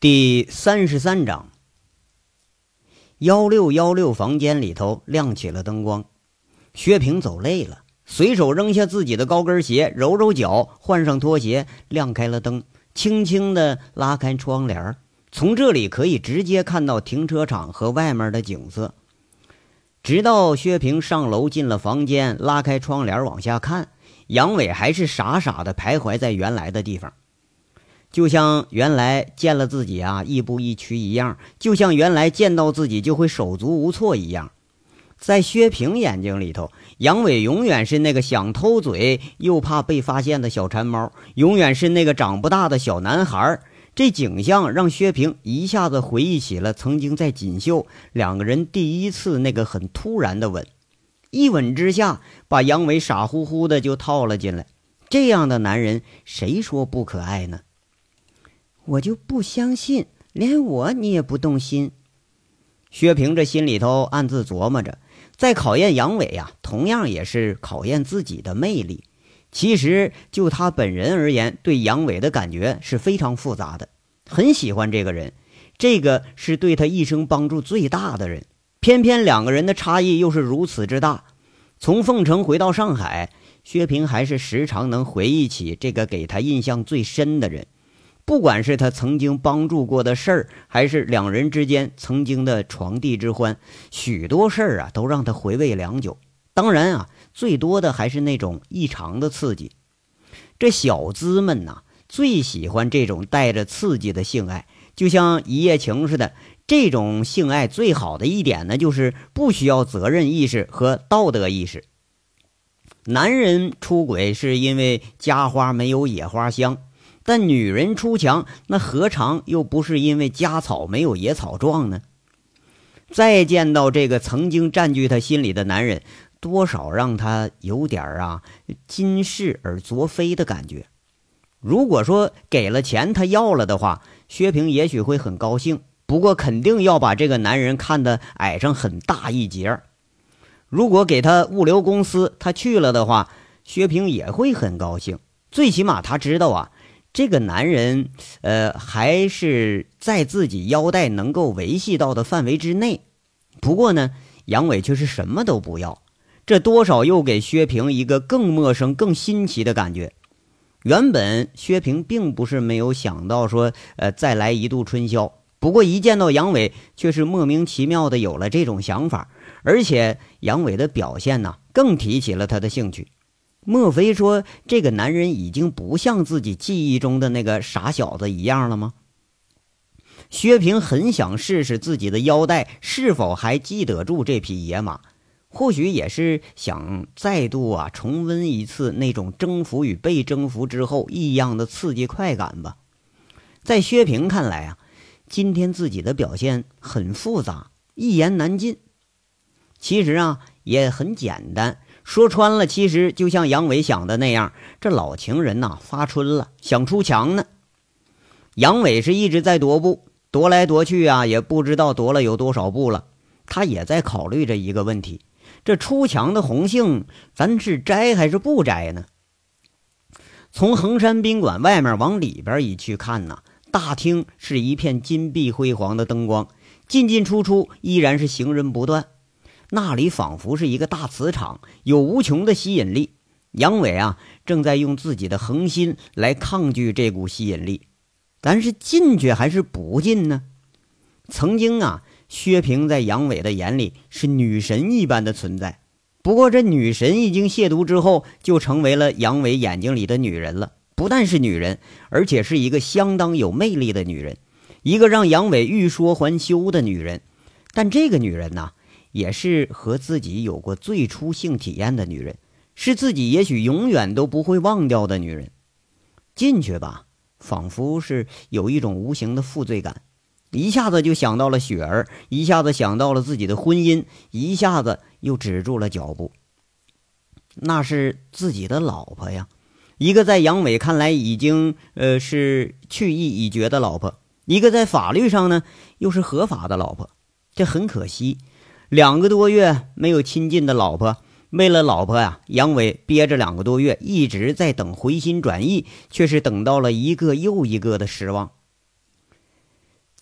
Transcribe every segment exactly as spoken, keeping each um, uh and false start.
第三十三章，幺六幺六房间里头亮起了灯光。薛平走累了，随手扔下自己的高跟鞋，揉揉脚，换上拖鞋，亮开了灯，轻轻地拉开窗帘，从这里可以直接看到停车场和外面的景色。直到薛平上楼进了房间，拉开窗帘往下看，杨伟还是傻傻地徘徊在原来的地方。就像原来见了自己啊亦步亦趋一样，就像原来见到自己就会手足无措一样。在薛平眼睛里头，杨伟永远是那个想偷嘴又怕被发现的小馋猫，永远是那个长不大的小男孩。这景象让薛平一下子回忆起了曾经在锦绣两个人第一次那个很突然的吻，一吻之下把杨伟傻乎乎的就套了进来。这样的男人谁说不可爱呢？我就不相信，连我你也不动心。薛平这心里头暗自琢磨着，在考验杨伟啊，同样也是考验自己的魅力。其实就他本人而言，对杨伟的感觉是非常复杂的，很喜欢这个人，这个是对他一生帮助最大的人。偏偏两个人的差异又是如此之大。从凤城回到上海，薛平还是时常能回忆起这个给他印象最深的人。不管是他曾经帮助过的事儿，还是两人之间曾经的床笫之欢，许多事儿啊都让他回味良久。当然啊，最多的还是那种异常的刺激。这小资们呐、啊，最喜欢这种带着刺激的性爱，就像一夜情似的。这种性爱最好的一点呢，就是不需要责任意识和道德意识。男人出轨是因为家花没有野花香，但女人出墙，那何尝又不是因为家草没有野草壮呢？再见到这个曾经占据他心里的男人，多少让他有点啊今世而昨非的感觉。如果说给了钱他要了的话，薛平也许会很高兴，不过肯定要把这个男人看得矮上很大一截。如果给他物流公司他去了的话，薛平也会很高兴，最起码他知道啊这个男人呃，还是在自己腰带能够维系到的范围之内。不过呢，杨伟却是什么都不要，这多少又给薛平一个更陌生更新奇的感觉。原本薛平并不是没有想到说呃，再来一度春宵，不过一见到杨伟却是莫名其妙的有了这种想法，而且杨伟的表现呢更提起了他的兴趣。莫非说这个男人已经不像自己记忆中的那个傻小子一样了吗？薛平很想试试自己的腰带是否还记得住这匹野马，或许也是想再度啊重温一次那种征服与被征服之后异样的刺激快感吧。在薛平看来啊，今天自己的表现很复杂，一言难尽。其实啊也很简单，说穿了，其实就像杨伟想的那样，这老情人呐、啊、发春了，想出墙呢。杨伟是一直在踱步，踱来踱去啊，也不知道踱了有多少步了。他也在考虑着一个问题，这出墙的红杏咱是摘还是不摘呢？从衡山宾馆外面往里边一去看呐，大厅是一片金碧辉煌的灯光，进进出出依然是行人不断。那里仿佛是一个大磁场，有无穷的吸引力。杨伟啊，正在用自己的恒心来抗拒这股吸引力。但是进去还是不进呢？曾经啊，薛平在杨伟的眼里是女神一般的存在。不过这女神一经亵渎之后，就成为了杨伟眼睛里的女人了。不但是女人，而且是一个相当有魅力的女人，一个让杨伟欲说还休的女人。但这个女人呢、啊，也是和自己有过最初性体验的女人，是自己也许永远都不会忘掉的女人。进去吧，仿佛是有一种无形的负罪感，一下子就想到了雪儿，一下子想到了自己的婚姻，一下子又止住了脚步。那是自己的老婆呀，一个在杨伟看来已经呃是去意已决的老婆，一个在法律上呢又是合法的老婆。这很可惜，两个多月没有亲近的老婆，为了老婆呀、啊，杨伟憋着两个多月，一直在等回心转意，却是等到了一个又一个的失望。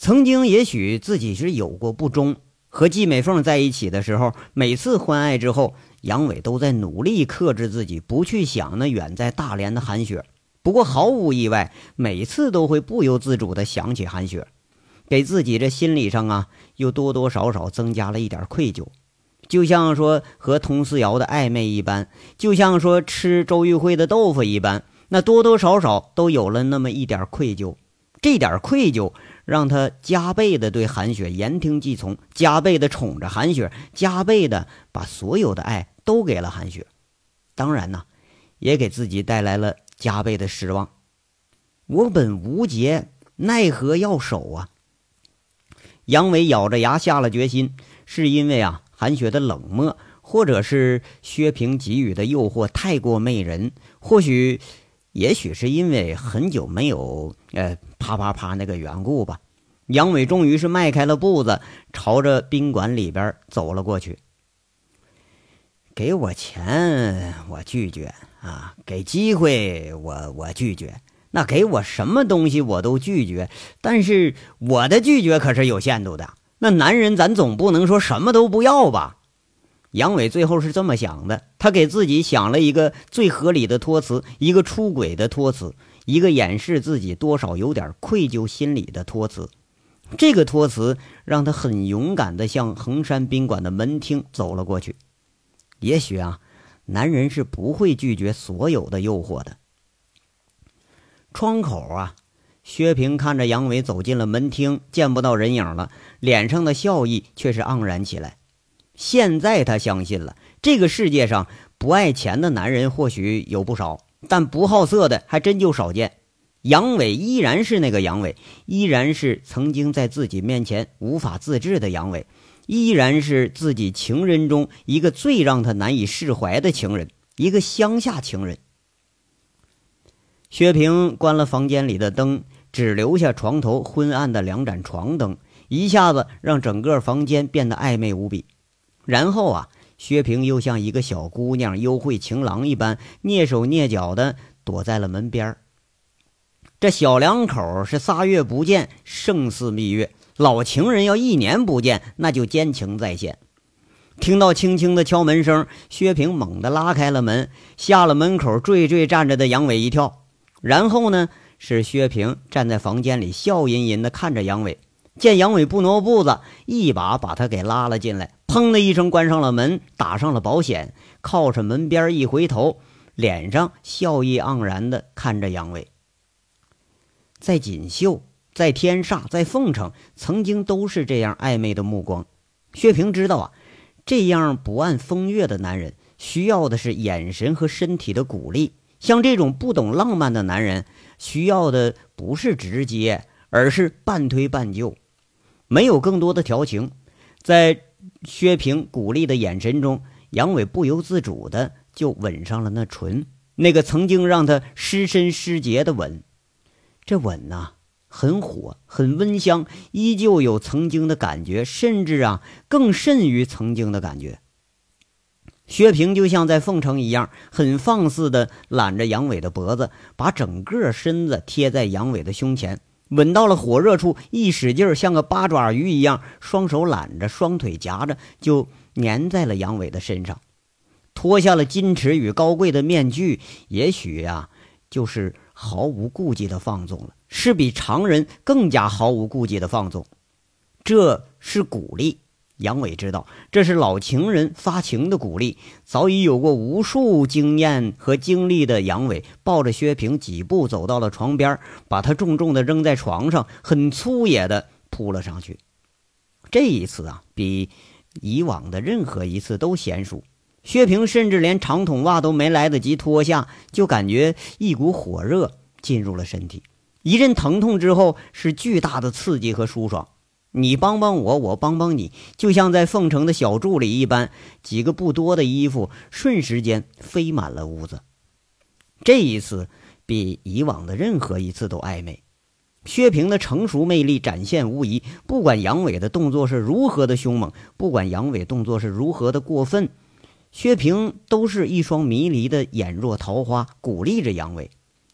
曾经也许自己是有过不忠，和季美凤在一起的时候，每次欢爱之后，杨伟都在努力克制自己，不去想那远在大连的韩雪。不过毫无意外，每次都会不由自主地想起韩雪，给自己这心理上啊，又多多少少增加了一点愧疚。就像说和佟思瑶的暧昧一般，就像说吃周玉辉的豆腐一般，那多多少少都有了那么一点愧疚。这点愧疚让他加倍的对韩雪言听计从，加倍的宠着韩雪，加倍的把所有的爱都给了韩雪。当然呢，也给自己带来了加倍的失望。我本无节，奈何要守啊！杨伟咬着牙下了决心，是因为啊韩雪的冷漠，或者是薛平给予的诱惑太过媚人，或许也许是因为很久没有呃啪啪啪那个缘故吧。杨伟终于是迈开了步子，朝着宾馆里边走了过去。给我钱我拒绝啊，给机会我我拒绝，那给我什么东西我都拒绝，但是我的拒绝可是有限度的。那男人咱总不能说什么都不要吧。杨伟最后是这么想的，他给自己想了一个最合理的托词，一个出轨的托词，一个掩饰自己多少有点愧疚心理的托词。这个托词让他很勇敢地向衡山宾馆的门厅走了过去。也许啊，男人是不会拒绝所有的诱惑的。窗口啊，薛平看着杨伟走进了门厅，见不到人影了，脸上的笑意却是盎然起来。现在他相信了，这个世界上不爱钱的男人或许有不少，但不好色的还真就少见。杨伟依然是那个杨伟，依然是曾经在自己面前无法自制的杨伟，依然是自己情人中一个最让他难以释怀的情人，一个乡下情人。薛平关了房间里的灯，只留下床头昏暗的两盏床灯，一下子让整个房间变得暧昧无比。然后啊，薛平又像一个小姑娘幽会情郎一般，蹑手蹑脚的躲在了门边。这小两口是仨月不见，胜似蜜月；老情人要一年不见，那就奸情再现。听到轻轻的敲门声，薛平猛地拉开了门，吓了门口惴惴站着的杨伟一跳。然后呢，是薛平站在房间里笑吟吟地看着杨伟，见杨伟不挪步子，一把把他给拉了进来，砰的一声关上了门，打上了保险，靠着门边一回头，脸上笑意盎然地看着杨伟。在锦绣，在天煞，在凤城，曾经都是这样暧昧的目光。薛平知道啊，这样不谙风月的男人需要的是眼神和身体的鼓励，像这种不懂浪漫的男人需要的不是直接，而是半推半就。没有更多的调情，在薛平鼓励的眼神中，杨伟不由自主的就吻上了那唇，那个曾经让他失身失节的吻。这吻呐、啊，很火，很温香，依旧有曾经的感觉，甚至啊，更甚于曾经的感觉。薛平就像在凤城一样，很放肆的揽着杨伟的脖子，把整个身子贴在杨伟的胸前，吻到了火热处，一使劲像个八爪鱼一样，双手揽着，双腿夹着，就粘在了杨伟的身上，脱下了矜持与高贵的面具，也许啊，就是毫无顾忌的放纵了，是比常人更加毫无顾忌的放纵。这是鼓励，杨伟知道这是老情人发情的鼓励。早已有过无数经验和经历的杨伟抱着薛平几步走到了床边，把他重重的扔在床上，很粗野的扑了上去。这一次啊，比以往的任何一次都娴熟。薛平甚至连长筒袜都没来得及脱下，就感觉一股火热进入了身体，一阵疼痛之后是巨大的刺激和舒爽。你帮帮我，我帮帮你，就像在凤城的小筑里一般，几个不多的衣服瞬时间飞满了屋子。这一次比以往的任何一次都暧昧，薛平的成熟魅力展现无疑，不管杨伟的动作是如何的凶猛，不管杨伟动作是如何的过分，薛平都是一双迷离的眼若桃花，鼓励着杨伟。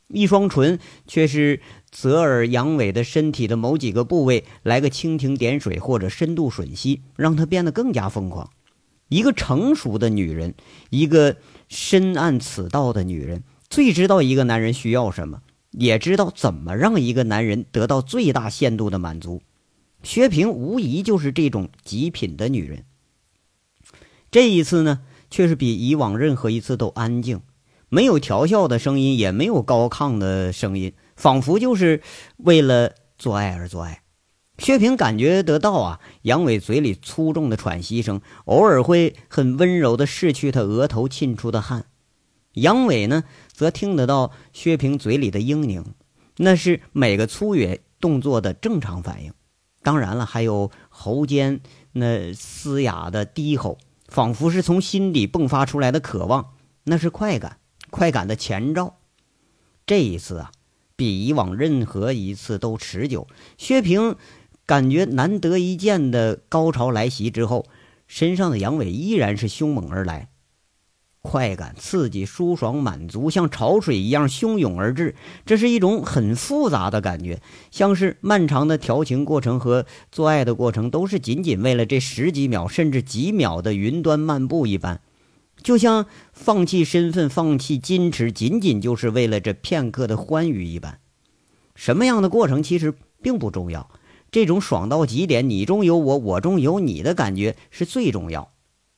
一双唇却是泽尔杨伟的身体的某几个部位来个蜻蜓点水或者深度吮吸，让他变得更加疯狂。一个成熟的女人，一个深谙此道的女人，最知道一个男人需要什么，也知道怎么让一个男人得到最大限度的满足。薛平无疑就是这种极品的女人。这一次呢，却是比以往任何一次都安静，没有调笑的声音，也没有高亢的声音，仿佛就是为了做爱而做爱。薛平感觉得到啊，杨伟嘴里粗重的喘息声，偶尔会很温柔地拭去他额头沁出的汗。杨伟呢，则听得到薛平嘴里的嘤咛，那是每个粗野动作的正常反应。当然了，还有喉间那嘶哑的低吼，仿佛是从心底迸发出来的渴望，那是快感，快感的前兆。这一次啊，比以往任何一次都持久。薛平感觉难得一见的高潮来袭之后，身上的阳痿依然是凶猛而来，快感、刺激、舒爽、满足像潮水一样汹涌而至。这是一种很复杂的感觉，像是漫长的调情过程和做爱的过程都是仅仅为了这十几秒甚至几秒的云端漫步一般，就像放弃身份、放弃矜持仅仅就是为了这片刻的欢愉一般。什么样的过程其实并不重要，这种爽到极点，你中有我，我中有你的感觉是最重要。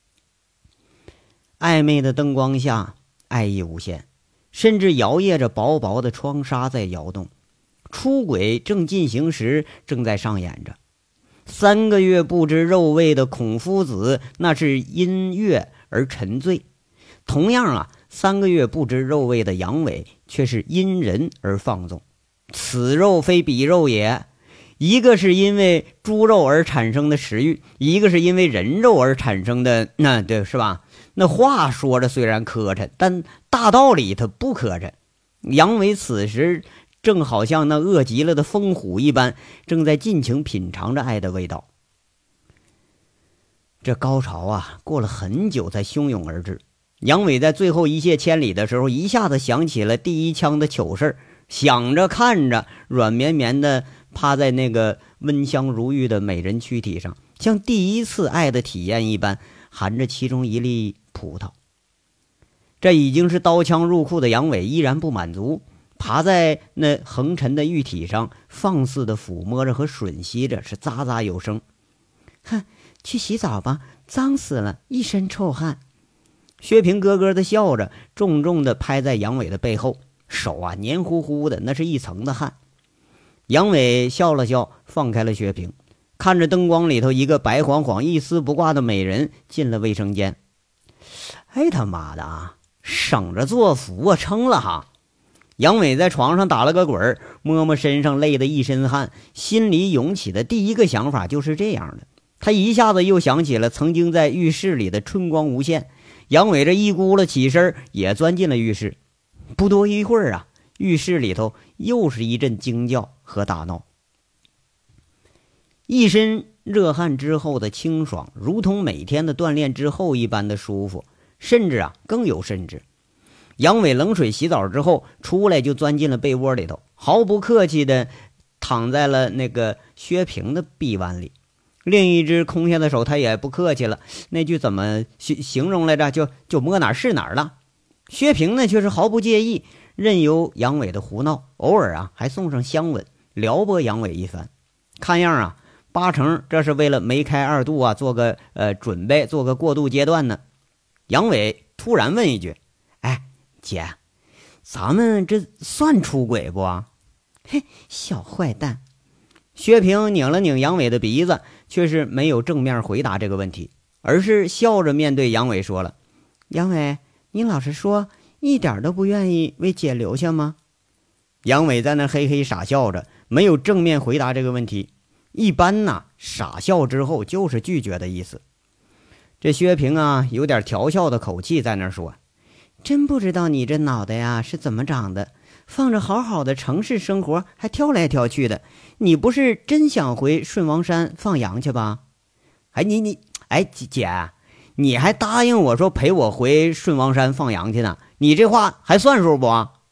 暧昧的灯光下，爱意无限，甚至摇曳着薄薄的窗纱在摇动。出轨正进行时，正在上演着。三个月不知肉味的孔夫子，那是因悦而沉醉。同样啊，三个月不知肉味的阳痿，却是因人而放纵。此肉非彼肉也。一个是因为猪肉而产生的食欲，一个是因为人肉而产生的，那对是吧？那话说着虽然磕碜，但大道理它不磕碜。杨伟此时正好像那饿极了的疯虎一般，正在尽情品尝着爱的味道。这高潮啊，过了很久才汹涌而至。杨伟在最后一泻千里的时候，一下子想起了第一枪的糗事，想着看着，软绵绵的趴在那个温香如玉的美人躯体上，像第一次爱的体验一般，含着其中一粒葡萄。这已经是刀枪入库的杨伟依然不满足，爬在那横陈的玉体上，放肆的抚摸着和吮吸着，是咂咂有声。哼，去洗澡吧，脏死了，一身臭汗。薛平咯咯的笑着，重重的拍在杨伟的背后，手啊黏糊糊的，那是一层的汗。杨伟笑了笑，放开了薛平，看着灯光里头一个白晃晃一丝不挂的美人进了卫生间。哎他妈的啊，省着做俯卧撑了哈。杨伟在床上打了个滚，摸摸身上累得一身汗，心里涌起的第一个想法就是这样的。他一下子又想起了曾经在浴室里的春光无限。杨伟这一咕噜起身，也钻进了浴室。不多一会儿啊，浴室里头又是一阵惊叫和打闹。一身热汗之后的清爽，如同每天的锻炼之后一般的舒服，甚至啊更有甚至。杨伟冷水洗澡之后出来，就钻进了被窝里头，毫不客气的躺在了那个薛平的臂弯里。另一只空下的手他也不客气了，那句怎么形容来着，就就摸哪儿是哪儿了。薛平呢却是毫不介意，任由杨伟的胡闹，偶尔啊还送上香吻，撩拨杨伟一番。看样啊，八成这是为了梅开二度啊做个呃准备，做个过渡阶段呢。杨伟突然问一句：哎姐，咱们这算出轨不啊？嘿，小坏蛋。薛平拧了拧杨伟的鼻子，却是没有正面回答这个问题，而是笑着面对杨伟说了：杨伟，你老实说，一点都不愿意为姐留下吗？杨伟在那嘿嘿傻笑着，没有正面回答这个问题。一般呢，傻笑之后就是拒绝的意思。这薛平啊，有点调笑的口气在那说：真不知道你这脑袋呀是怎么长的，放着好好的城市生活还挑来挑去的，你不是真想回顺王山放羊去吧？哎，你你哎姐，你还答应我说陪我回顺王山放羊去呢，你这话还算数不？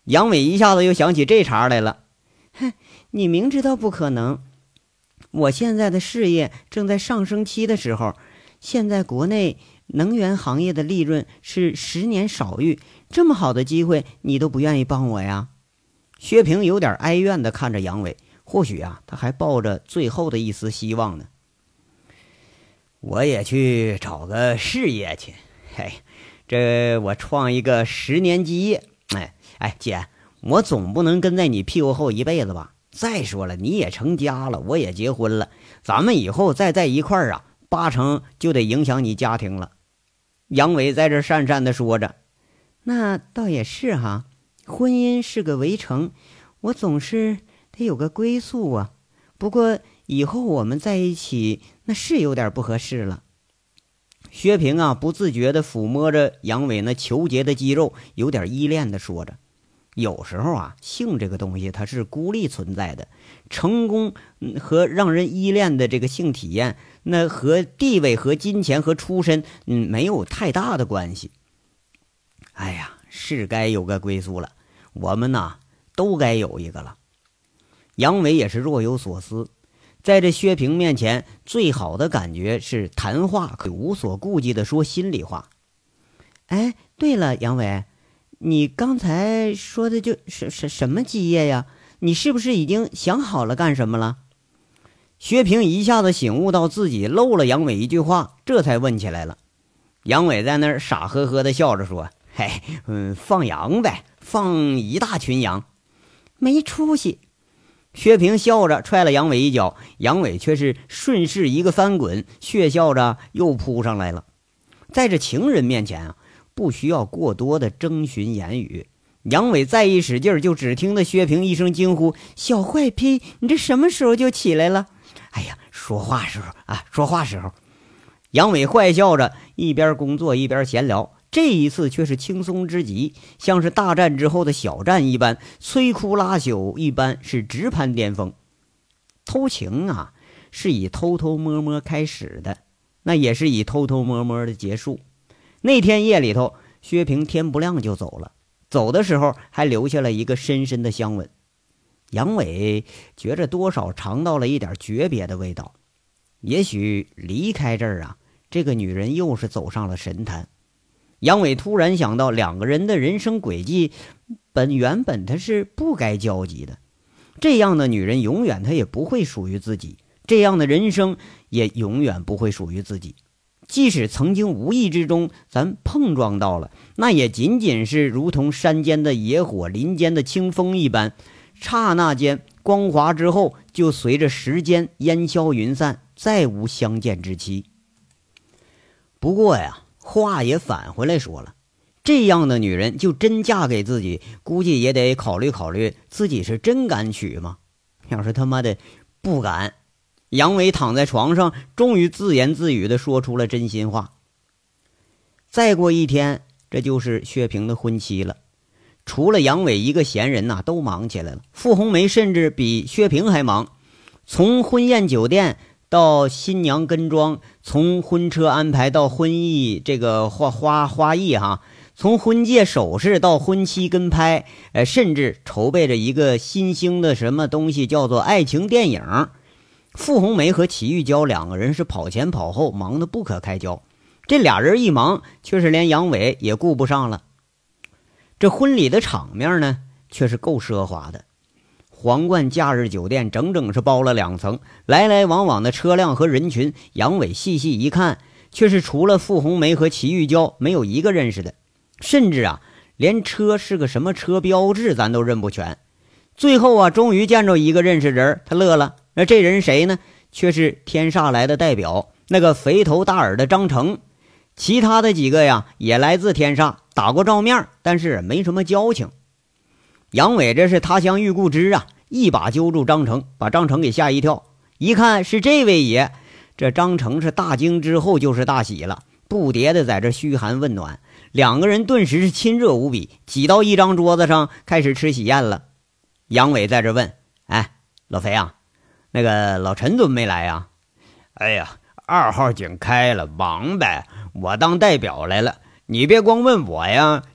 杨伟一下子又想起这茬来了。 哼，你明知道不可能，我现在的事业正在上升期的时候，现在国内能源行业的利润是十年少遇，这么好的机会你都不愿意帮我呀？ 薛平有点哀怨地看着杨伟，或许啊，他还抱着最后的一丝希望呢。我也去找个事业去，嘿，这我创一个十年基业。哎哎，姐，我总不能跟在你屁股后一辈子吧？再说了，你也成家了，我也结婚了，咱们以后再在一块儿啊，八成就得影响你家庭了。杨伟在这讪讪地说着。 那倒也是哈，婚姻是个围城，我总是得有个归宿啊。不过以后我们在一起，那是有点不合适了。 薛平啊，不自觉地抚摸着杨伟那虬结的肌肉，有点依恋地说着。有时候啊，性这个东西它是孤立存在的，成功和让人依恋的这个性体验，那和地位和金钱和出身嗯没有太大的关系。哎呀，是该有个归宿了，我们呐都该有一个了。杨伟也是若有所思，在这薛平面前，最好的感觉是谈话可以无所顾忌地说心里话。 哎，对了，杨伟，你刚才说的就是什什么基业呀？你是不是已经想好了干什么了？ 薛平一下子醒悟到自己漏了杨伟一句话，这才问起来了。杨伟在那儿傻呵呵地笑着说：“嘿，嗯，放羊呗，放一大群羊。” 没出息。 薛平笑着踹了杨伟一脚，杨伟却是顺势一个翻滚，血笑着又扑上来了。在这情人面前啊，不需要过多的征询言语。杨伟再一使劲，就只听得薛平一声惊呼：“ 小坏坯，你这什么时候就起来了？” 哎呀，说话时候啊，说话时候。杨伟坏笑着，一边工作一边闲聊。这一次却是轻松之极，像是大战之后的小战一般，摧枯拉朽一般，是直攀巅峰。偷情啊，是以偷偷摸摸开始的，那也是以偷偷摸摸的结束。那天夜里头，薛平天不亮就走了，走的时候还留下了一个深深的香吻。杨伟觉着多少尝到了一点诀别的味道，也许离开这儿啊，这个女人又是走上了神坛。杨伟突然想到，两个人的人生轨迹本原本他是不该交集的，这样的女人永远她也不会属于自己，这样的人生也永远不会属于自己。即使曾经无意之中咱碰撞到了，那也仅仅是如同山间的野火，林间的清风一般，刹那间光华之后，就随着时间烟消云散，再无相见之期。不过呀，话也返回来说了，这样的女人就真嫁给自己，估计也得考虑考虑自己是真敢娶吗？要是他妈的不敢。杨伟躺在床上，终于自言自语地说出了真心话。再过一天，这就是薛平的婚期了。除了杨伟一个闲人呐、啊，都忙起来了。傅红梅甚至比薛平还忙，从婚宴酒店到新娘跟妆，从婚车安排到婚艺这个花花花艺哈，从婚戒首饰到婚期跟拍，呃，甚至筹备着一个新兴的什么东西，叫做爱情电影。傅红梅和齐玉娇两个人是跑前跑后，忙得不可开交。这俩人一忙，却是连杨伟也顾不上了。这婚礼的场面呢，却是够奢华的。皇冠假日酒店整整是包了两层，来来往往的车辆和人群，杨伟细细一看，却是除了傅红梅和齐玉娇，没有一个认识的，甚至啊，连车是个什么车标志咱都认不全。最后啊，终于见着一个认识人，他乐了。那这人谁呢？却是天煞来的代表，那个肥头大耳的张成。其他的几个呀，也来自天煞，打过照面，但是没什么交情。杨伟这是他乡遇故知啊，一把揪住张成，把张成给吓一跳。一看是这位爷，这张成是大惊之后就是大喜了，不迭的在这嘘寒问暖。两个人顿时是亲热无比，挤到一张桌子上开始吃喜宴了。杨伟在这问：“哎，老肥啊，那个老陈怎么没来呀？”“哎呀，二号井开了，忙呗，我当代表来了。你别光问我呀，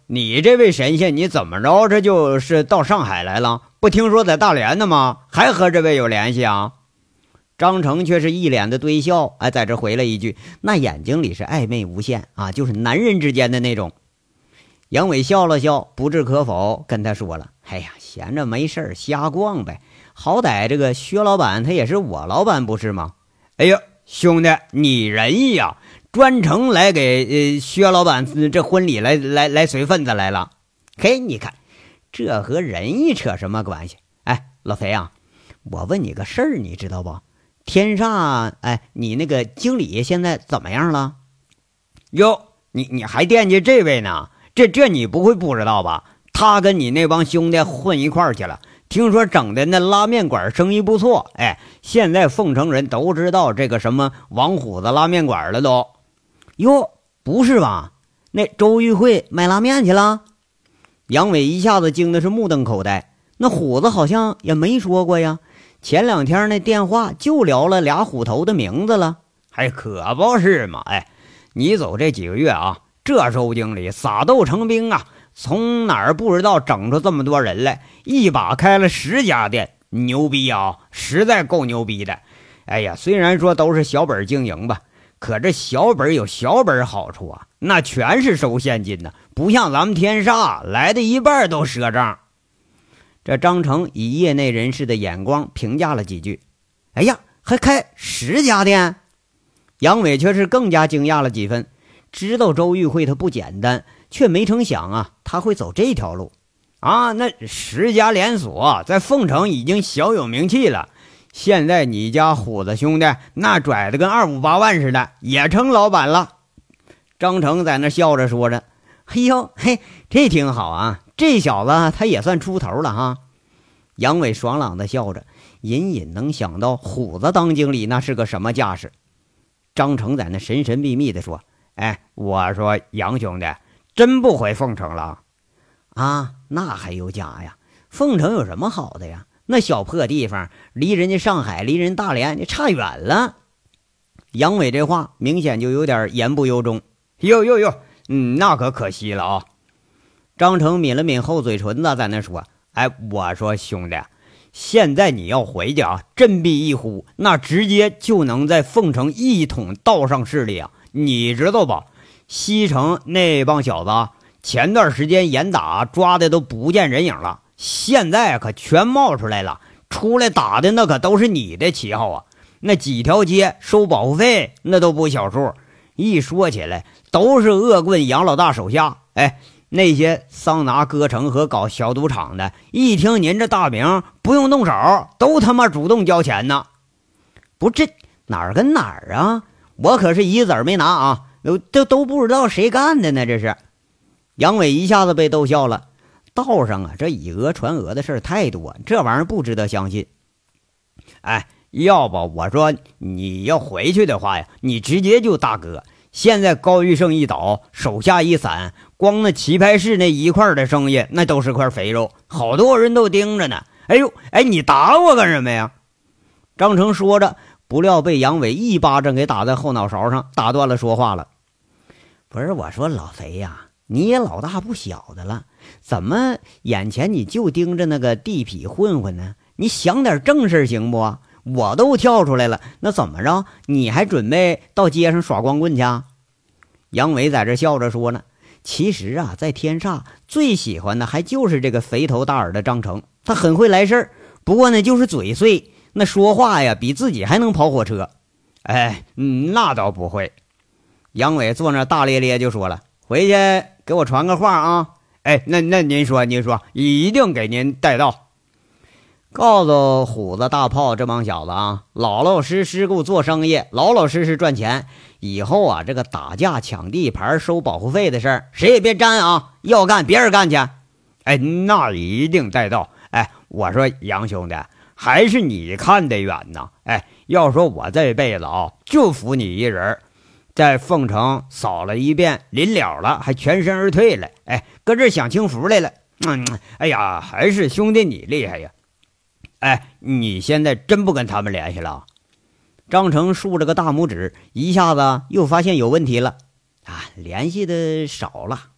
你这位神仙你怎么着这就是到上海来了？不听说在大连呢吗？还和这位有联系啊？ 张成却是一脸的堆笑，哎，在这回了一句，那眼睛里是暧昧无限啊，就是男人之间的那种。杨伟笑了笑，不置可否，跟他说了：“哎呀，闲着没事瞎逛呗，好歹这个薛老板他也是我老板不是吗？” 哎呀，兄弟，你仁义呀，专程来给呃薛老板这婚礼来来来随份子来了。 嘿，你看这和仁义扯什么关系？哎，老肥啊，我问你个事儿，你知道不？天煞，哎，你那个经理现在怎么样了？ 哟，你你还惦记这位呢？这这你不会不知道吧？他跟你那帮兄弟混一块儿去了，听说整的那拉面馆生意不错。哎，现在凤城人都知道这个什么王虎子拉面馆了都。 哟，不是吧？那周玉慧卖拉面去了？杨伟一下子惊的是目瞪口呆，那虎子好像也没说过呀。前两天那电话就聊了俩虎头的名字了， 还可不是嘛？哎，你走这几个月啊，这周经理撒豆成兵啊，从哪儿不知道整出这么多人来，一把开了十家店，牛逼啊，实在够牛逼的。哎呀，虽然说都是小本经营吧，可这小本有小本好处啊，那全是收现金的，不像咱们天煞来的一半都赊账。 这张成以业内人士的眼光评价了几句，哎呀，还开十家店？杨伟却是更加惊讶了几分，知道周玉慧他不简单，却没成想啊，他会走这条路啊！那十家连锁在凤城已经小有名气了，现在你家虎子兄弟那拽的跟二五八万似的，也成老板了。 张成在那笑着说着，哎呦嘿，这挺好啊，这小子他也算出头了哈。杨伟爽朗的笑着，隐隐能想到虎子当经理那是个什么架势。张成在那神神秘秘的说， 哎，我说杨兄弟真不回凤城了啊？那还有假呀？凤城有什么好的呀？那小破地方离人家上海离人大连差远了。杨伟这话明显就有点言不由衷。 哟哟哟，嗯，那可可惜了啊。 张成抿了抿厚嘴唇子，在那说， 哎，我说兄弟，现在你要回去啊，振臂一呼，那直接就能在凤城一统道上势力啊，你知道吧？西城那帮小子前段时间严打抓的都不见人影了，现在可全冒出来了，出来打的那可都是你的旗号啊！那几条街收保护费那都不小数，一说起来都是恶棍杨老大手下。哎，那些桑拿歌城和搞小赌场的，一听您这大名，不用动手，都他妈主动交钱呢。 不，这哪儿跟哪儿啊？我可是一子儿没拿啊，都都都不知道谁干的呢。这是杨伟一下子被逗笑了。道上啊，这以讹传讹的事儿太多，这玩意儿不值得相信。 哎，要不我说你要回去的话呀，你直接就大哥。现在高玉胜一倒，手下一散，光那棋牌室那一块的生意，那都是块肥肉，好多人都盯着呢。哎呦，哎，你打我干什么呀？ 张成说着，不料被杨伟一巴掌给打在后脑勺上，打断了说话了。不是，我说老肥呀，你也老大不小的了，怎么眼前你就盯着那个地痞混混呢？你想点正事行不？我都跳出来了，那怎么着？你还准备到街上耍光棍去啊？杨伟在这笑着说呢。其实啊，在天煞最喜欢的还就是这个肥头大耳的张成，他很会来事儿，不过呢就是嘴碎，那说话呀比自己还能跑火车。 哎，嗯，那倒不会。 杨伟坐那大咧咧就说了，回去给我传个话啊。 哎，那那您说您说，一定给您带到。 告诉虎子大炮这帮小子啊，老老实实给我做生意，老老实实赚钱。以后啊，这个打架抢地盘收保护费的事儿，谁也别沾啊，要干别人干去。 哎，那一定带到。哎，我说杨兄弟，还是你看得远呢。哎，要说我这辈子啊，就服你一人，在凤城扫了一遍，临了了，还全身而退了。哎，搁这享清福来了。嗯，哎呀，还是兄弟你厉害呀。哎，你现在真不跟他们联系了？ 张成竖着个大拇指，一下子又发现有问题了啊！联系的少了，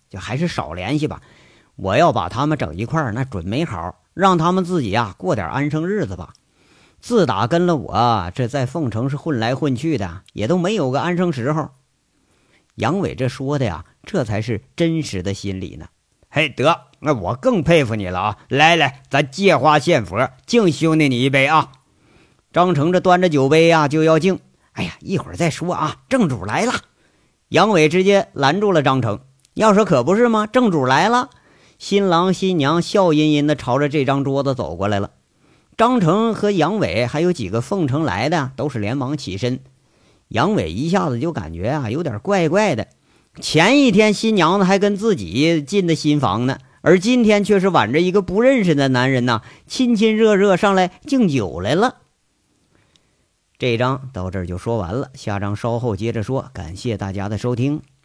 就还是少联系吧。我要把他们整一块儿，那准没好，让他们自己啊过点安生日子吧。自打跟了我，这在凤城是混来混去的，也都没有个安生时候。杨伟这说的呀，这才是真实的心理呢。 嘿，得，那我更佩服你了啊！来来，咱借花献佛，敬兄弟你一杯啊！ 张成这端着酒杯呀、啊、就要敬。哎呀，一会儿再说啊，正主来了。杨伟直接拦住了张成，要说可不是吗？正主来了。新郎新娘笑吟吟的朝着这张桌子走过来了。张成和杨伟还有几个凤城来的都是连忙起身。杨伟一下子就感觉啊有点怪怪的，前一天新娘子还跟自己进的新房呢，而今天却是挽着一个不认识的男人呐、啊，亲亲热热上来敬酒来了。这章到这儿就说完了，下章稍后接着说。感谢大家的收听。